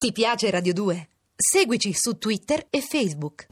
Ti piace Radio 2? Seguici su Twitter e Facebook.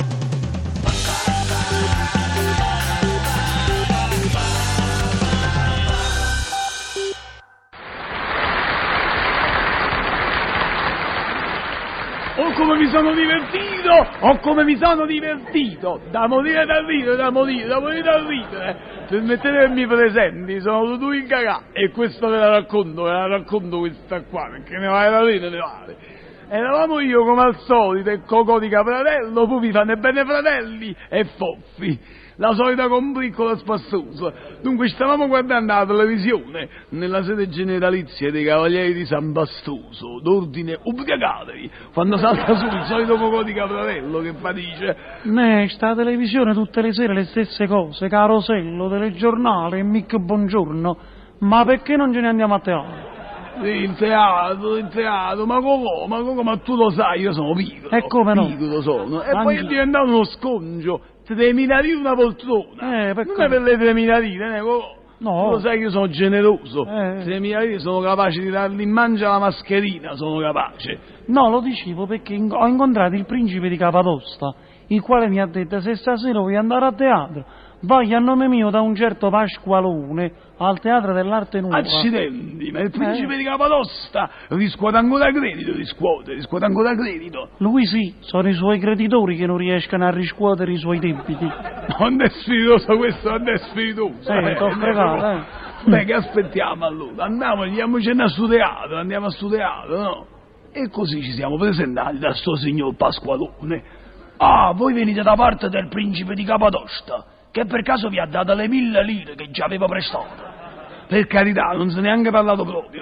Oh, come mi sono divertito! Oh, come mi sono divertito! Da morire da ridere, da morire da ridere! Permettete che mi presenti, sono tutto in cagà. E questo ve la racconto questa qua, perché ne vale la pena, ne vale. Eravamo io come al solito e Cocò di Caprarello, poi mi fanno bene fratelli e Foffi, la solita combriccola spassosa. Dunque stavamo guardando la televisione nella sede generalizia dei Cavalieri di San Bastoso, d'ordine ubriacatevi, quando salta su il solito Cocò di Caprarello che fa dice: sta televisione tutte le sere le stesse cose, Carosello, telegiornale e Mick Buongiorno, ma perché non ce ne andiamo a teatro? Sì, il teatro, ma Cocò, ma tu lo sai, io sono piccolo. E come no? Piccolo sono. E poi è diventato uno sconcio, 3.000 lire una poltrona. Perché? Non è per le 3.000 lire, Cocò. No. Tu lo sai che io sono generoso. 3.000 lire sono capace di darli in mangia la mascherina, sono capace. No, lo dicevo perché ho incontrato il principe di Capadosta, il quale mi ha detto: se stasera vuoi andare a teatro, vai a nome mio da un certo Pasqualone al Teatro dell'Arte Nuova. Accidenti, ma il principe di Capadosta riscuote ancora credito, riscuote ancora credito. Lui sì, sono i suoi creditori che non riescono a riscuotere i suoi debiti. Non è spiritoso questo, non è spiritoso. T'ho fregato, Beh, che aspettiamo allora? Andiamocene a studiare, no? E così ci siamo presentati da sto signor Pasqualone. Ah, voi venite da parte del principe di Capadosta, che per caso vi ha dato le 1.000 lire che già aveva prestato. Per carità, non se ne è neanche parlato proprio,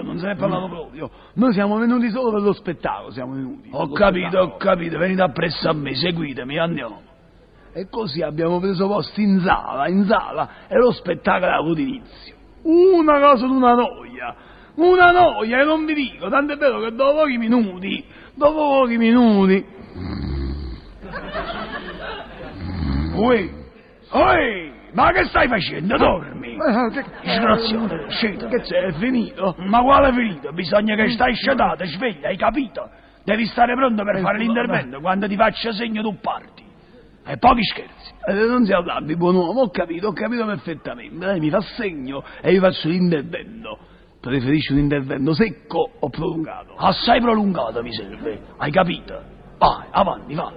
Noi siamo venuti solo per lo spettacolo, siamo venuti. Ho capito, venite appresso a me, seguitemi, andiamo. E così abbiamo preso posto in sala, e lo spettacolo ha avuto inizio. Una cosa d'una noia, e non vi dico, tanto è vero che dopo pochi minuti... Oi, ma che stai facendo? Dormi? Disgraziato, sceta. Che c'è? È finito? Ma quale è finito? Bisogna che stai scedato, sveglia, hai capito? Devi stare pronto per fare l'intervento, quando ti faccia segno tu parti. E pochi scherzi. Non si arrabbi, buon uomo, ho capito perfettamente. Lei mi fa segno e io faccio l'intervento. Preferisci un intervento secco o prolungato? Assai prolungato mi serve, hai capito? Vai, avanti, va.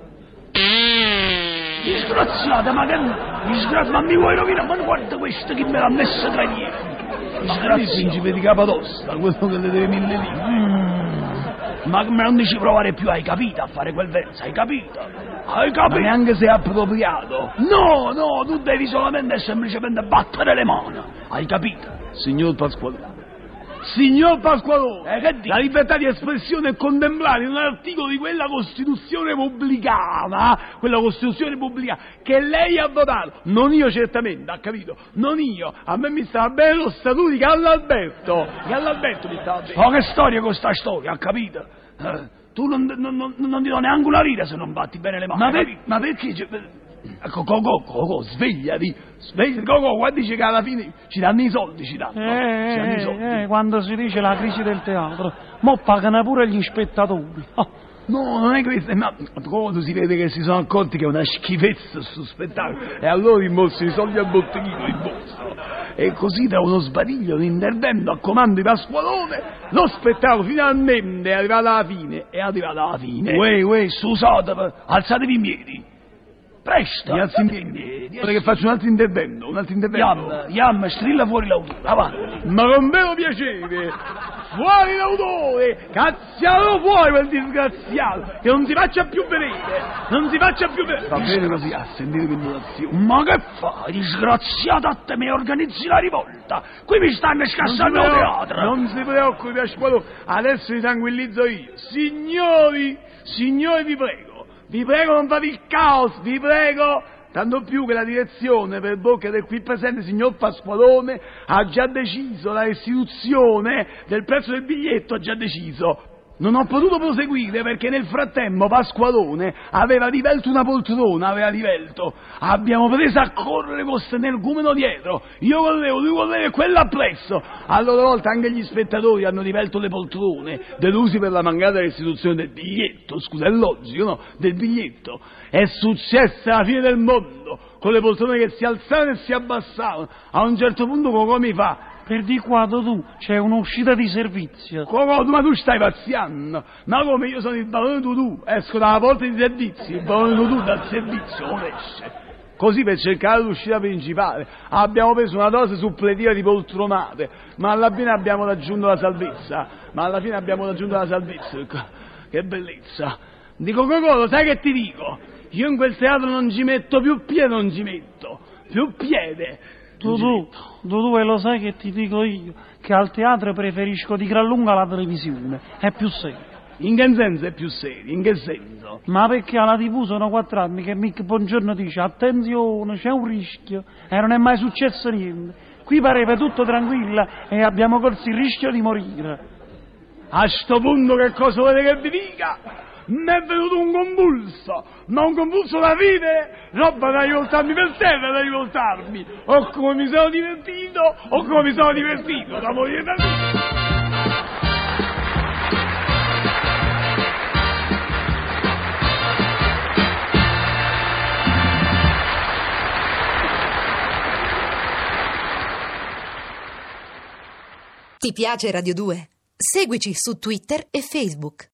Disgraziata, ma mi vuoi rovinare? Ma guarda questo che me l'ha messo tra i piedi. Disgraziato. Il principe di Capadosta, quello che le deve 1.000 lire. Ma non ci provare più, hai capito, a fare quel verso, hai capito? Ma neanche se è appropriato. No, tu devi solamente e semplicemente battere le mani, hai capito? Signor Pasqualone, che dici? La libertà di espressione è contemplata in un articolo di quella Costituzione repubblicana che lei ha votato, non io certamente, ha capito? Non io, a me mi stava bene lo statuto di Gallalberto mi stava bene. Ma che storia con sta storia, ha capito? Tu non ti do neanche una lira se non batti bene le mani. Ma perché... Cocò, svegliati, Cocò, qua dice che alla fine ci danno i soldi, quando si dice la crisi del teatro, mo pagano pure gli spettatori. No, non è questo, ma tu si vede che si sono accorti che è una schifezza sto spettacolo, e allora rimborsano i soldi al botteghino, E così da uno sbadiglio di intervento a comando di Pasqualone, lo spettacolo finalmente è arrivato alla fine. Uè, scusate, alzatevi in piedi. Presto! Mi alzi in piedi, perché faccio un altro intervento. Yam, strilla fuori l'autore, avanti. Ma con vero piacere! Fuori l'autore! Cazzialo fuori quel disgraziato! Che non si faccia più vedere! Va bene così, a sentire l'innovazione. Ma che fai, disgraziato, a te mi organizzi la rivolta? Qui mi stanno scassando il teatro! Non si preoccupi, Pasqualone, adesso vi tranquillizzo io. Signori, vi prego non fate il caos, vi prego, tanto più che la direzione, per bocca del qui presente signor Pasqualone, ha già deciso, la restituzione del prezzo del biglietto ha già deciso. Non ho potuto proseguire perché nel frattempo Pasqualone aveva rivelto una poltrona, Abbiamo preso a correre con l'energumeno dietro. Io correvo, lui correva e quello appresso. A loro volta anche gli spettatori hanno rivelto le poltrone, delusi per la mancata restituzione del biglietto. Scusa, è logico, no? Del biglietto. È successa la fine del mondo, con le poltrone che si alzavano e si abbassavano. A un certo punto Cocò mi fa: Per di qua tu, c'è un'uscita di servizio. Cocò, ma tu stai pazziando? Ma come, io sono il barone Tutù, esco dalla porta di servizi, il barone Tutù dal servizio non esce. Così per cercare l'uscita principale abbiamo preso una dose suppletiva di poltronate, ma alla fine abbiamo raggiunto la salvezza. Che bellezza. Dico, Cocò, lo sai che ti dico? Io in quel teatro non ci metto più piede. Tu, e lo sai che ti dico io, che al teatro preferisco di gran lunga la televisione, è più serio. In che senso è più serio? In che senso? Ma perché alla TV sono 4 anni che Mick Bongiorno dice attenzione, c'è un rischio, e non è mai successo niente. Qui pareva tutto tranquillo e abbiamo corso il rischio di morire. A sto punto che cosa volete che vi dica? Mi è venuto un convulso, ma un convulso da vivere, roba da rivoltarmi per terra, o come mi sono divertito, da morire da vita. Ti piace Radio 2? Seguici su Twitter e Facebook.